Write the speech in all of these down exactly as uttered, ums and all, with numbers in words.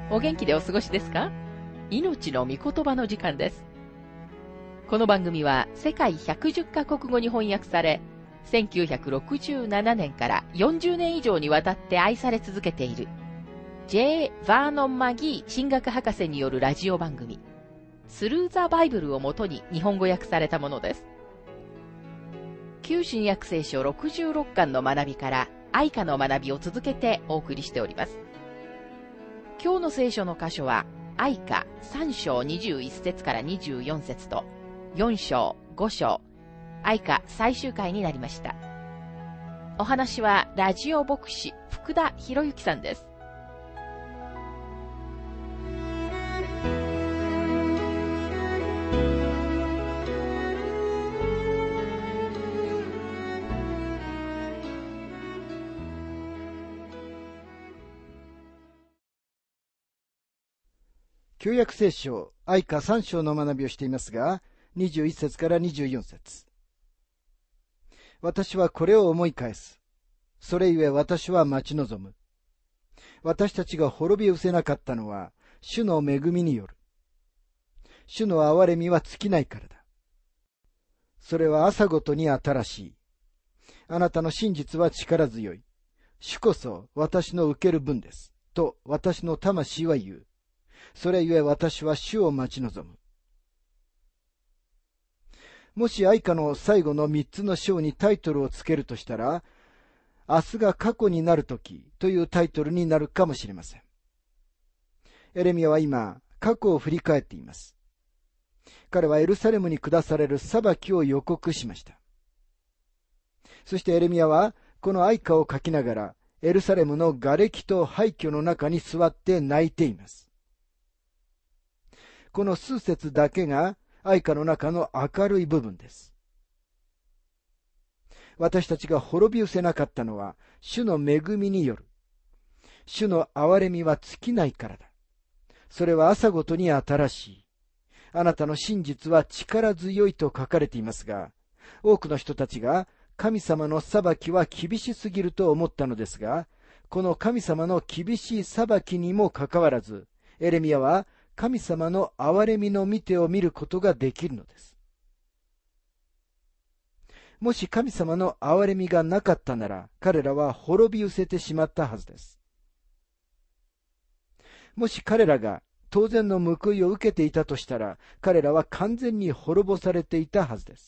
お元気でお過ごしですか？命の御言葉の時間です。この番組は世界ひゃくじゅっカ国語に翻訳され、せんきゅうひゃくろくじゅうななねんからよんじゅうねん以上にわたって愛され続けている ジェイ・ヴァーノン・マギー神学博士によるラジオ番組、スルー・ザ・バイブルをもとに日本語訳されたものです。旧新約聖書ろくじゅうろっかんの学びから愛歌の学びを続けてお送りしております。今日の聖書の箇所は愛歌さん章にじゅういっ節からにじゅうよん節とよん章ご章愛歌最終回になりました。お話はラジオ牧師福田博之さんです。 旧約聖書愛歌さん章の学びをしていますが、にじゅういっ節からにじゅうよん節。私はこれを思い返す。それゆえ私は待ち望む。私たちが滅び失せなかったのは、主の恵みによる。主の憐れみは尽きないからだ。それは朝ごとに新しい。あなたの真実は力強い。主こそ私の受ける分です。と私の魂は言う。それゆえ私は主を待ち望む。もし愛歌の最後の三つの章にタイトルをつけるとしたら、明日が過去になるときというタイトルになるかもしれません。エレミヤは今、過去を振り返っています。彼はエルサレムに下される裁きを予告しました。そしてエレミヤは、この愛歌を書きながら、エルサレムの瓦礫と廃墟の中に座って泣いています。この数節だけが愛歌の中の明るい部分です。私たちが滅び失せなかったのは主の恵みによる。主の憐れみは尽きないからだ。それは朝ごとに新しい。あなたの真実は力強いと書かれていますが、多くの人たちが神様の裁きは厳しすぎると思ったのですが、この神様の厳しい裁きにもかかわらず、エレミヤは神様の憐れみの御手を見ることができるのです。もし神様の憐れみがなかったなら、彼らは滅び失せてしまったはずです。もし彼らが当然の報いを受けていたとしたら、彼らは完全に滅ぼされていたはずです。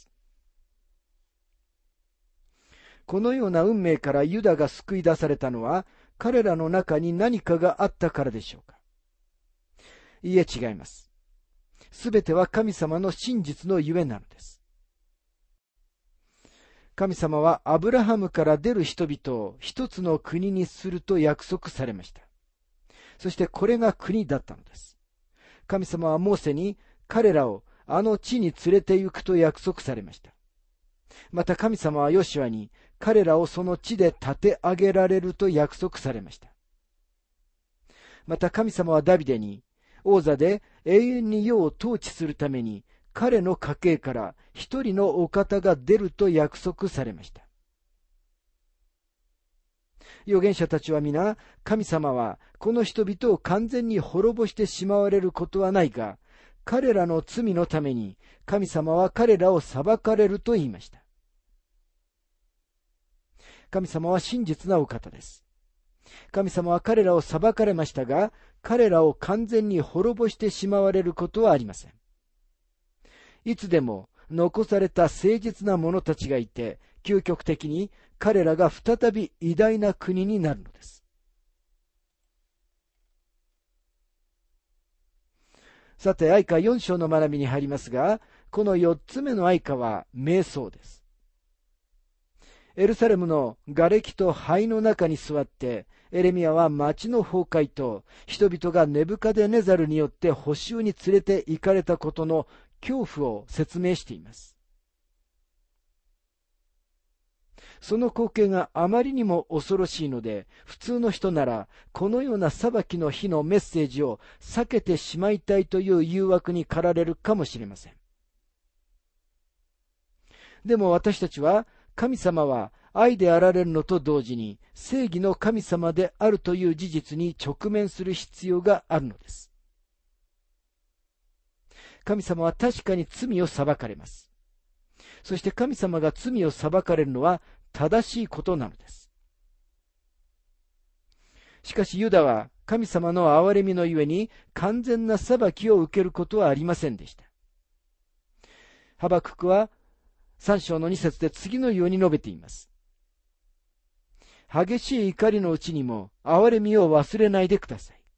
このような運命からユダが救い出されたのは、彼らの中に何かがあったからでしょうか。いいえ、違います。すべては神様の真実のゆえなのです。神様はアブラハムから出る人々を一つの国にすると約束されました。そしてこれが国だったのです。神様はモーセに彼らをあの地に連れて行くと約束されました。また神様はヨシュアに彼らをその地で立て上げられると約束されました。また神様はダビデに王座で永遠に世を統治するために彼の家系から一人のお方が出ると約束されました。預言者たちは皆、神様はこの人々を完全に滅ぼしてしまわれることはないが、彼らの罪のために神様は彼らを裁かれると言いました。神様は真実なお方です。神様は彼らを裁かれましたが、彼らを完全に滅ぼしてしまわれることはありません。いつでも残された誠実な者たちがいて、究極的に彼らが再び偉大な国になるのです。さて、愛歌よん章の学びに入りますが、このよっつめの愛歌は瞑想です。エルサレムの瓦礫と灰の中に座って、エレミヤは町の崩壊と人々がネブカデネザルによって捕囚に連れて行かれたことの恐怖を説明しています。その光景があまりにも恐ろしいので、普通の人ならこのような裁きの日のメッセージを避けてしまいたいという誘惑に駆られるかもしれません。でも私たちは神様は愛であられるのと同時に正義の神様であるという事実に直面する必要があるのです。神様は確かに罪を裁かれます。そして神様が罪を裁かれるのは正しいことなのです。しかしユダは神様の憐れみのゆえに完全な裁きを受けることはありませんでした。ハバククはさん章のに節で次のように述べています。激しい怒りのうちにも憐れみを忘れないでください。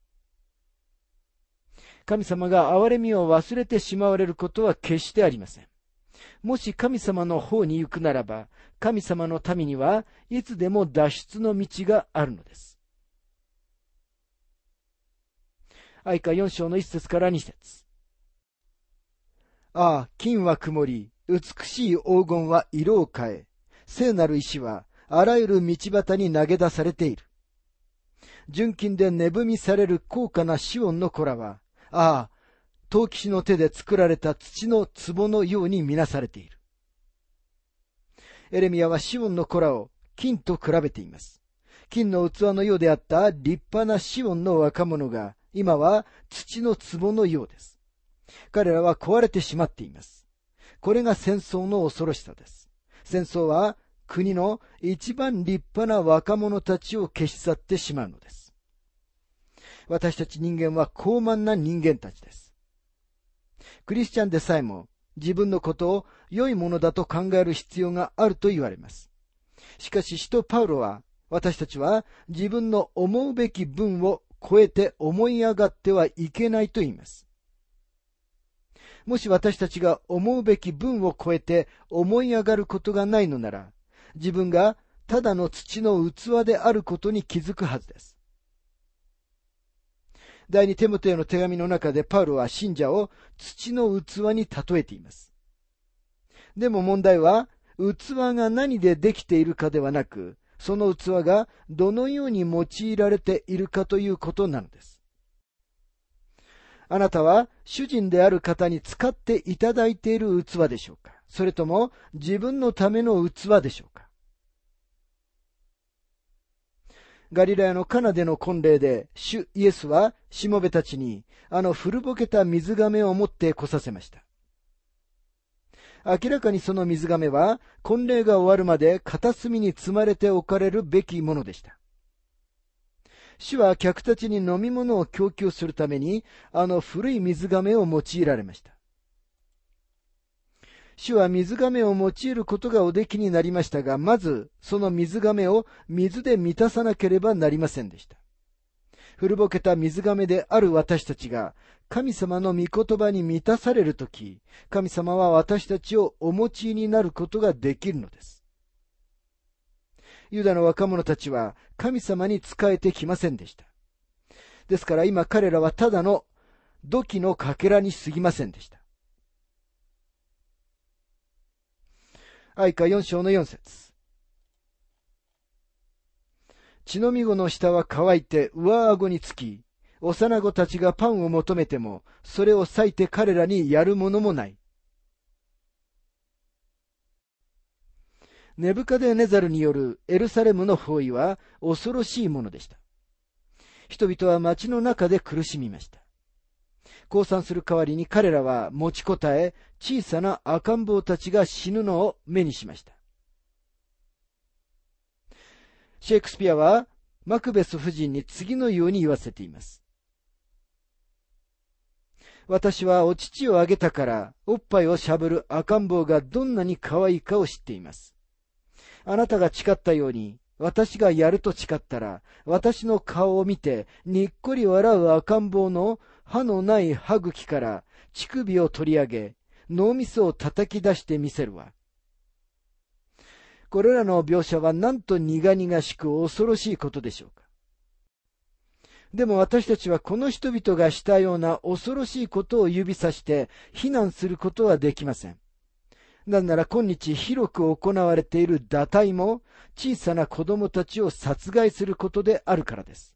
神様が憐れみを忘れてしまわれることは決してありません。もし神様の方に行くならば、神様の民にはいつでも脱出の道があるのです。愛歌よん章のいち節からに節。ああ、金は曇り、美しい黄金は色を変え、聖なる石はあらゆる道端に投げ出されている。純金で値踏みされる高価なシオンの子らは、ああ、陶器師の手で作られた土の壺のように見なされている。エレミヤはシオンの子らを金と比べています。金の器のようであった立派なシオンの若者が、今は土の壺のようです。彼らは壊れてしまっています。これが戦争の恐ろしさです。戦争は国の一番立派な若者たちを消し去ってしまうのです。私たち人間は高慢な人間たちです。クリスチャンでさえも自分のことを良いものだと考える必要があると言われます。しかし使徒パウロは、私たちは自分の思うべき分を超えて思い上がってはいけないと言います。もし私たちが思うべき分を超えて思い上がることがないのなら、自分がただの土の器であることに気づくはずです。第二テモテへの手紙の中でパウロは信者を土の器に例えています。でも問題は、器が何でできているかではなく、その器がどのように用いられているかということなのです。あなたは主人である方に使っていただいている器でしょうか？それとも自分のための器でしょうか？ガリラヤのカナでの婚礼で、主イエスはしもべたちにあの古ぼけた水亀を持って来させました。明らかにその水亀は婚礼が終わるまで片隅に積まれておかれるべきものでした。主は客たちに飲み物を供給するためにあの古い水亀を用いられました。主は水亀を用いることがおできになりましたが、まずその水亀を水で満たさなければなりませんでした。古ぼけた水亀である私たちが神様の御言葉に満たされるとき、神様は私たちをお持ちになることができるのです。ユダの若者たちは神様に仕えてきませんでした。ですから今彼らはただの土器のかけらに過ぎませんでした。愛歌よん章のよん節。血のみ子の舌は乾いて上顎につき、幼子たちがパンを求めても、それを裂いて彼らにやるものもない。ネブカデネザルによるエルサレムの包囲は恐ろしいものでした。人々は町の中で苦しみました。降参する代わりに彼らは持ちこたえ、小さな赤ん坊たちが死ぬのを目にしました。シェイクスピアはマクベス夫人に次のように言わせています。私はお乳をあげたからおっぱいをしゃぶる赤ん坊がどんなに可愛いかを知っています。あなたが誓ったように私がやると誓ったら、私の顔を見てにっこり笑う赤ん坊の歯のない歯茎から乳首を取り上げ、脳みそを叩き出してみせるわ。これらの描写はなんと苦々しく恐ろしいことでしょうか。でも私たちはこの人々がしたような恐ろしいことを指さして非難することはできません。なんなら今日広く行われている堕胎も小さな子供たちを殺害することであるからです。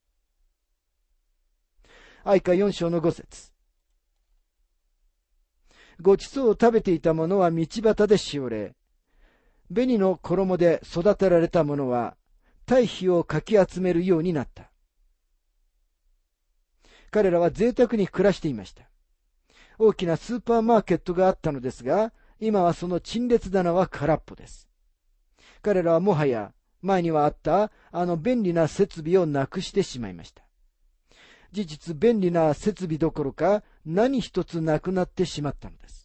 愛歌よん章のご節。ごちそうを食べていた者は道端でしおれ、 紅の衣で育てられた者は、堆肥をかき集めるようになった。彼らは贅沢に暮らしていました。大きなスーパーマーケットがあったのですが、今はその陳列棚は空っぽです。彼らはもはや前にはあったあの便利な設備をなくしてしまいました。事実、便利な設備どころか何一つなくなってしまったのです。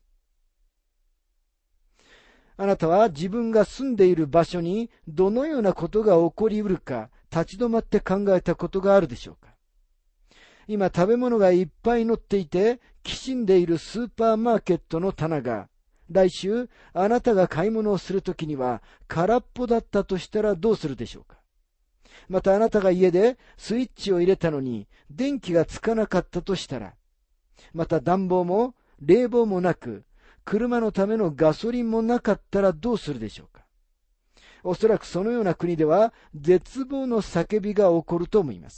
あなたは自分が住んでいる場所にどのようなことが起こりうるか立ち止まって考えたことがあるでしょうか。今食べ物がいっぱい載っていてきしんでいるスーパーマーケットの棚が、来週あなたが買い物をするときには空っぽだったとしたらどうするでしょうか。またあなたが家でスイッチを入れたのに電気がつかなかったとしたら、また暖房も冷房もなく、車のためのガソリンもなかったらどうするでしょうか。おそらくそのような国では絶望の叫びが起こると思います。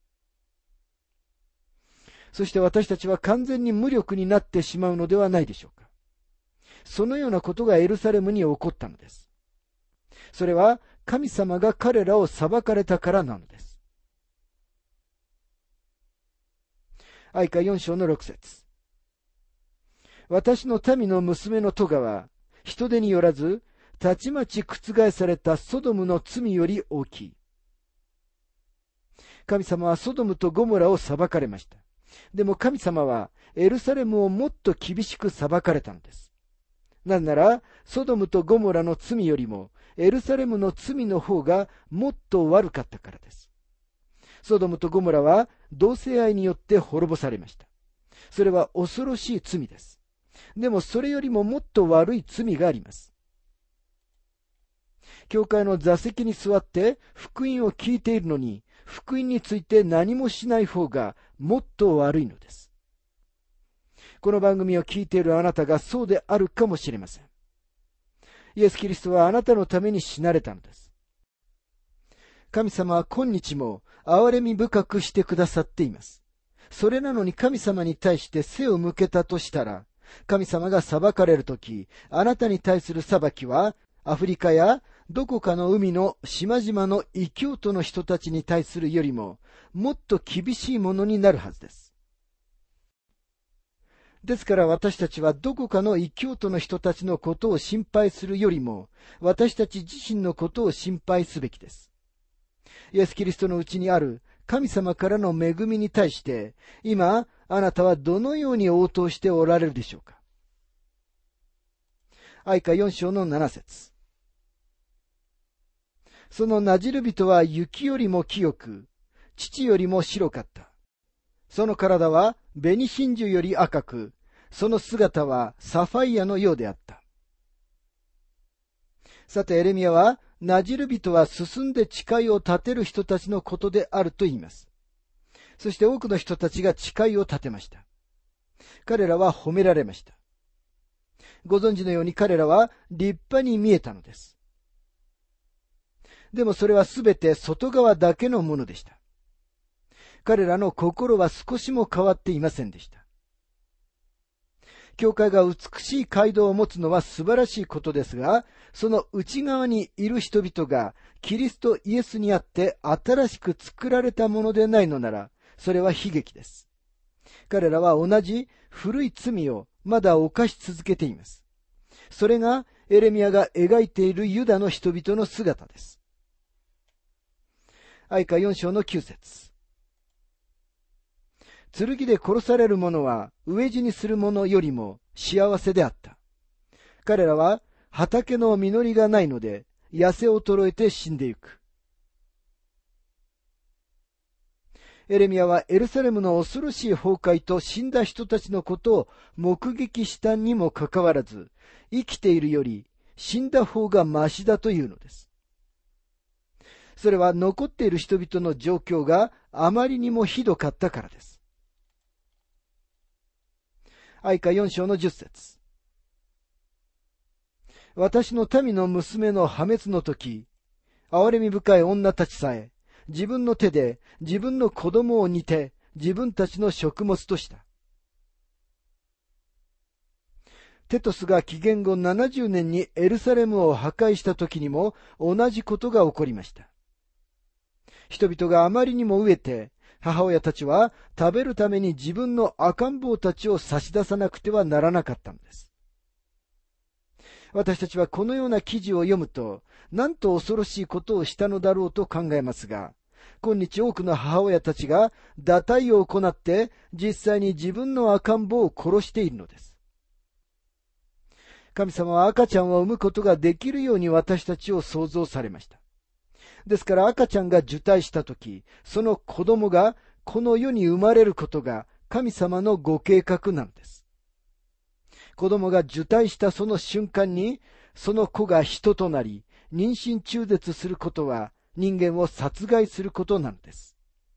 そして私たちは完全に無力になってしまうのではないでしょうか。そのようなことがエルサレムに起こったのです。それは神様が彼らを裁かれたからなのです。愛歌よん章のろく節。私の民の娘のトガは人手によらず、たちまち覆されたソドムの罪より大きい。神様はソドムとゴモラを裁かれました。でも神様はエルサレムをもっと厳しく裁かれたのです。なぜなら、ソドムとゴモラの罪よりもエルサレムの罪の方がもっと悪かったからです。ソドムとゴモラは同性愛によって滅ぼされました。それは恐ろしい罪です。でもそれよりももっと悪い罪があります。教会の座席に座って福音を聞いているのに、福音について何もしない方がもっと悪いのです。この番組を聞いているあなたがそうであるかもしれません。イエス・キリストはあなたのために死なれたのです。神様は今日も憐れみ深くしてくださっています。それなのに神様に対して背を向けたとしたら、神様が裁かれるとき、あなたに対する裁きは、アフリカやどこかの海の島々の異教徒の人たちに対するよりも、もっと厳しいものになるはずです。ですから私たちはどこかの異教徒の人たちのことを心配するよりも、私たち自身のことを心配すべきです。イエス・キリストのうちにある神様からの恵みに対して、今、あなたはどのように応答しておられるでしょうか。愛歌よん章のなな節。そのなじる人は雪よりも清く、乳よりも白かった。その体は紅真珠より赤く、その姿はサファイアのようであった。さてエレミヤは、なじる人は進んで誓いを立てる人たちのことであると言います。そして多くの人たちが誓いを立てました。彼らは褒められました。ご存知のように彼らは立派に見えたのです。でもそれはすべて外側だけのものでした。彼らの心は少しも変わっていませんでした。教会が美しい街道を持つのは素晴らしいことですが、その内側にいる人々がキリストイエスにあって新しく作られたものでないのなら、それは悲劇です。彼らは同じ古い罪をまだ犯し続けています。それがエレミヤが描いているユダの人々の姿です。愛歌よん章のきゅう節。剣で殺される者は飢え死にする者よりも幸せであった。彼らは畑の実りがないので痩せ衰えて死んでゆく。エレミヤはエルサレムの恐ろしい崩壊と死んだ人たちのことを目撃したにもかかわらず、生きているより死んだ方がましだというのです。それは残っている人々の状況があまりにもひどかったからです。愛歌よん章のじゅっ節。私の民の娘の破滅の時、憐れみ深い女たちさえ、自分の手で自分の子供を煮て、自分たちの食物とした。 テトスが紀元後ななじゅうねんにエルサレムを破壊した時にも同じことが起こりました。人々があまりにも飢えて、母親たちは食べるために自分の赤ん坊たちを差し出さなくてはならなかったのです。私たちはこのような記事を読むと、なんと恐ろしいことをしたのだろうと考えますが、今日多くの母親たちが堕胎を行って実際に自分の赤ん坊を殺しているのです。神様は赤ちゃんを産むことができるように私たちを創造されました。ですから赤ちゃんが受胎したとき、その子供がこの世に生まれることが神様のご計画なのです。子供が受胎したその瞬間に、その子が人となり、妊娠中絶することは人間を殺害することなのです。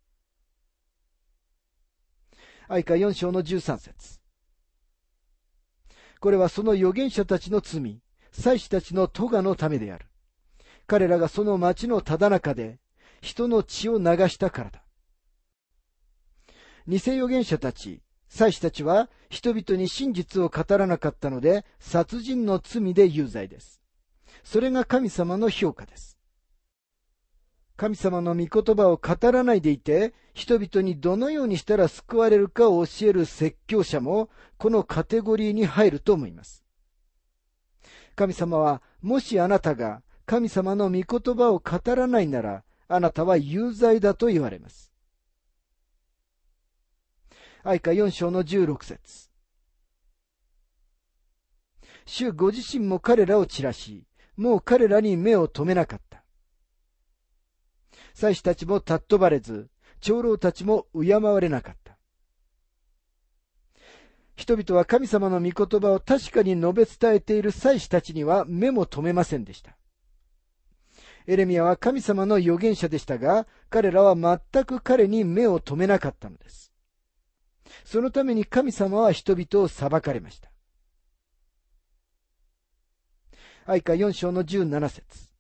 愛歌よん章のじゅうさん節。これはその預言者たちの罪、祭司たちの咎のためである。彼らがその町のただ中で人の血を流したからだ。偽預言者たち、祭司たちは人々に真実を語らなかったので、殺人の罪で有罪です。それが神様の評価です。神様の御言葉を語らないでいて、人々にどのようにしたら救われるかを教える説教者も、このカテゴリーに入ると思います。神様は、もしあなたが神様の御言葉を語らないなら、あなたは有罪だと言われます。愛歌よん章のじゅうろく節。主ご自身も彼らを散らし、もう彼らに目を留めなかった。祭司たちも尊ばれず、長老たちも敬われなかった。人々は神様の御言葉を確かに述べ伝えている祭司たちには目も留めませんでした。エレミヤは神様の預言者でしたが、彼らは全く彼に目を留めなかったのです。そのために神様は人々を裁かれました。愛歌よん章のじゅうなな節。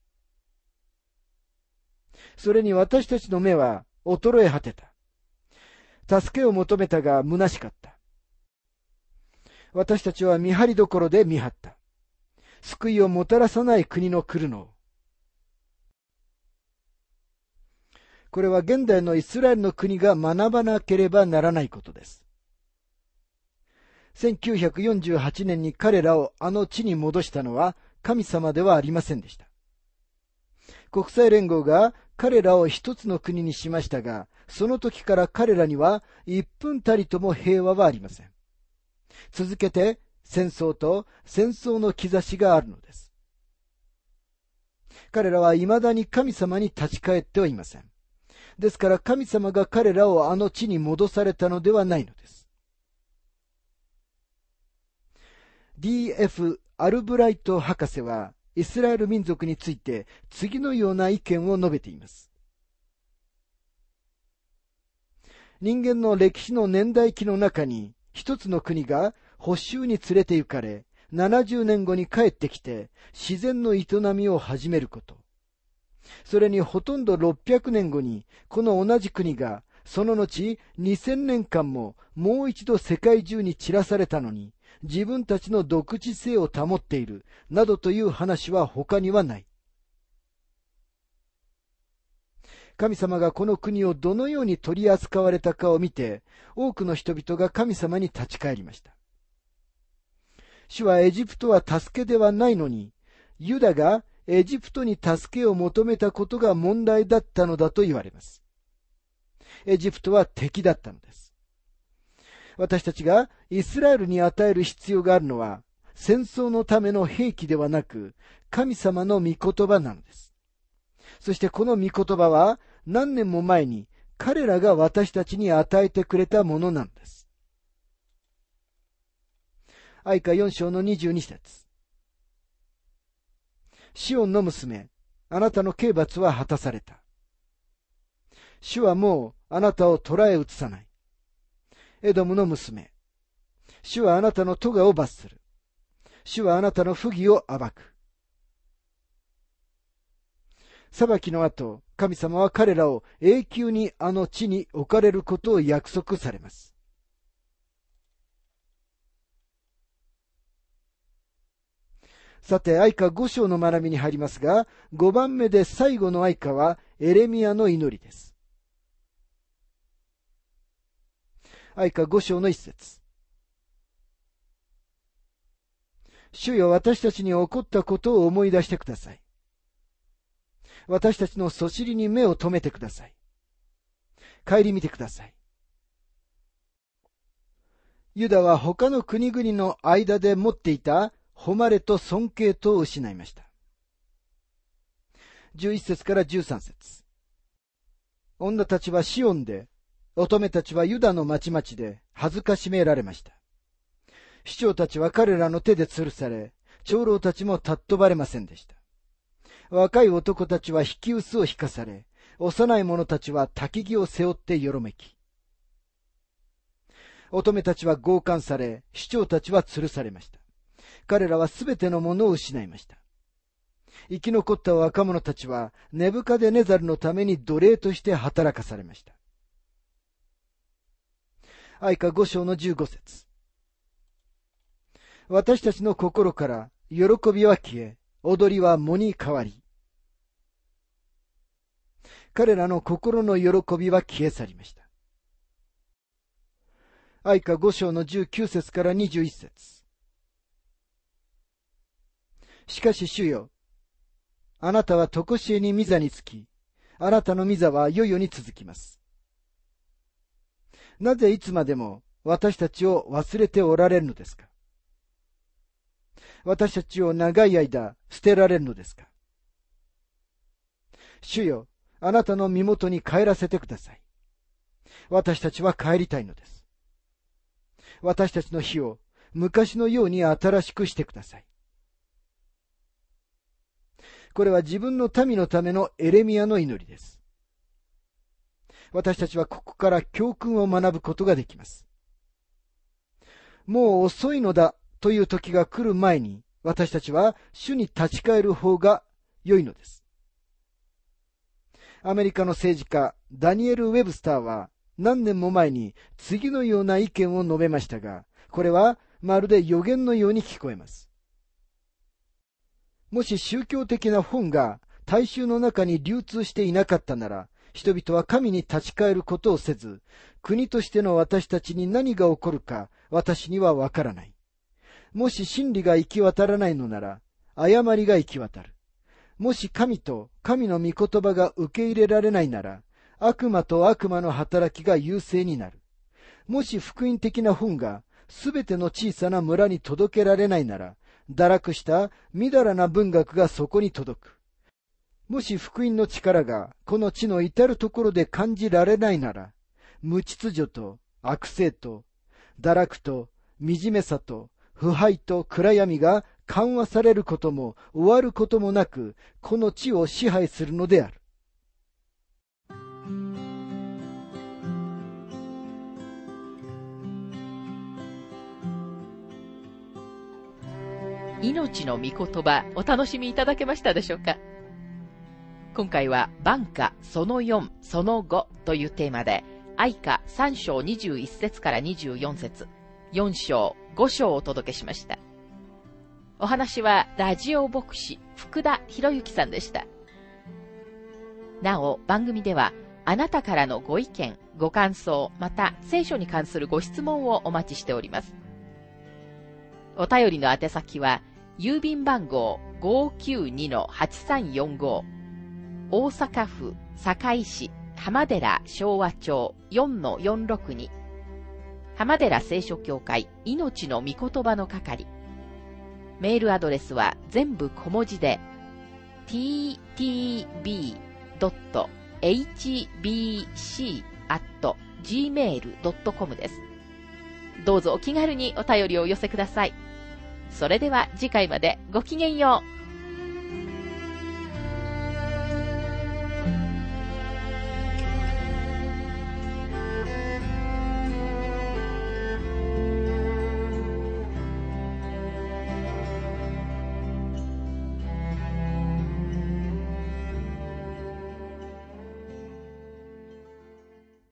それに私たちの目は衰え果てた。助けを求めたが虚しかった。私たちは見張りどころで見張った。救いをもたらさない国の来るのを。これは現代のイスラエルの国が学ばなければならないことです。せんきゅうひゃくよんじゅうはちねんに彼らをあの地に戻したのは神様ではありませんでした。国際連合が彼らを一つの国にしましたが、その時から彼らにはいっぷんたりとも平和はありません。続けて戦争と戦争の兆しがあるのです。彼らは未だに神様に立ち返ってはいません。ですから神様が彼らをあの地に戻されたのではないのです。ディーエフ アルブライト博士はイスラエル民族について次のような意見を述べています。人間の歴史の年代記の中に一つの国が捕囚に連れて行かれ、ななじゅうねんごに帰ってきて自然の営みを始めること。それにほとんどろっぴゃくねんごにこの同じ国がその後にせんねんかんももう一度世界中に散らされたのに自分たちの独自性を保っているなどという話は他にはない。神様がこの国をどのように取り扱われたかを見て多くの人々が神様に立ち返りました。主はエジプトは助けではないのにユダがエジプトに助けを求めたことが問題だったのだと言われます。エジプトは敵だったのです。私たちがイスラエルに与える必要があるのは戦争のための兵器ではなく神様の御言葉なのです。そしてこの御言葉は何年も前に彼らが私たちに与えてくれたものなのです。愛歌よん章のにじゅうに節。シオンの娘、あなたの刑罰は果たされた。主はもうあなたを捕らえ移さない。エドムの娘、主はあなたの咎を罰する。主はあなたの不義を暴く。裁きの後、神様は彼らを永久にあの地に置かれることを約束されます。 さて、哀歌ご章の学びに入りますが、ごばんめで最後の哀歌はエレミヤの祈りです。哀歌ご章の一節。主よ、私たちに起こったことを思い出してください。私たちのそしりに目を留めてください。顧みてください。ユダは他の国々の間で持っていた誉れと尊敬とを失いました。じゅういっ節からじゅうさん節。女たちはシオンで、乙女たちはユダの町々で恥ずかしめられました。首長たちは彼らの手で吊るされ、長老たちも尊ばれませんでした。若い男たちは引き薄を引かされ、幼い者たちは焚き木を背負ってよろめき。乙女たちは強姦され、首長たちは吊るされました。彼らはすべてのものを失いました。生き残った若者たちは、ネブカデネザルのために奴隷として働かされました。哀歌ご章のじゅうご節。私たちの心から喜びは消え、踊りは喪に変わり。彼らの心の喜びは消え去りました。哀歌ご章のじゅうきゅう節からにじゅういち節。しかし主よ、あなたはとこしえに御座につき、あなたの御座は世々に続きます。なぜいつまでも私たちを忘れておられるのですか？私たちを長い間捨てられるのですか？主よ、あなたの身元に帰らせてください。私たちは帰りたいのです。私たちの日を昔のように新しくしてください。これは自分の民のためのエレミヤの祈りです。私たちはここから教訓を学ぶことができます。もう遅いのだという時が来る前に、私たちは主に立ち返る方が良いのです。アメリカの政治家、ダニエル・ウェブスターは何年も前に次のような意見を述べましたが、これはまるで予言のように聞こえます。もし宗教的な本が大衆の中に流通していなかったなら、人々は神に立ち返ることをせず、国としての私たちに何が起こるか私にはわからない。もし真理が行き渡らないのなら、誤りが行き渡る。もし神と神の御言葉が受け入れられないなら、悪魔と悪魔の働きが優勢になる。もし福音的な本がすべての小さな村に届けられないなら、堕落したみだらな文学がそこに届く。もし福音の力がこの地の至るところで感じられないなら、無秩序と悪性と堕落と惨めさと腐敗と暗闇が緩和されることも終わることもなく、この地を支配するのである。 命の御言葉、お楽しみいただけましたでしょうか？今回は晩歌そのよん、そのごというテーマで、哀歌さん章にじゅういち節からにじゅうよん節、よん章、ご章をお届けしました。お話はラジオ牧師福田博之さんでした。なお、番組ではあなたからのご意見、ご感想、また聖書に関するご質問をお待ちしております。お便りの宛先は、郵便番号 ごーきゅうにのはちさんよんご、大阪府堺市浜寺昭和町 よんのよんろくに、浜寺聖書協会命の御言葉の係。メールアドレスは全部小文字で ティーティービードットエイチビーシーアットジーメールドットコム です。どうぞお気軽にお便りをお寄せください。それでは次回までごきげんよう。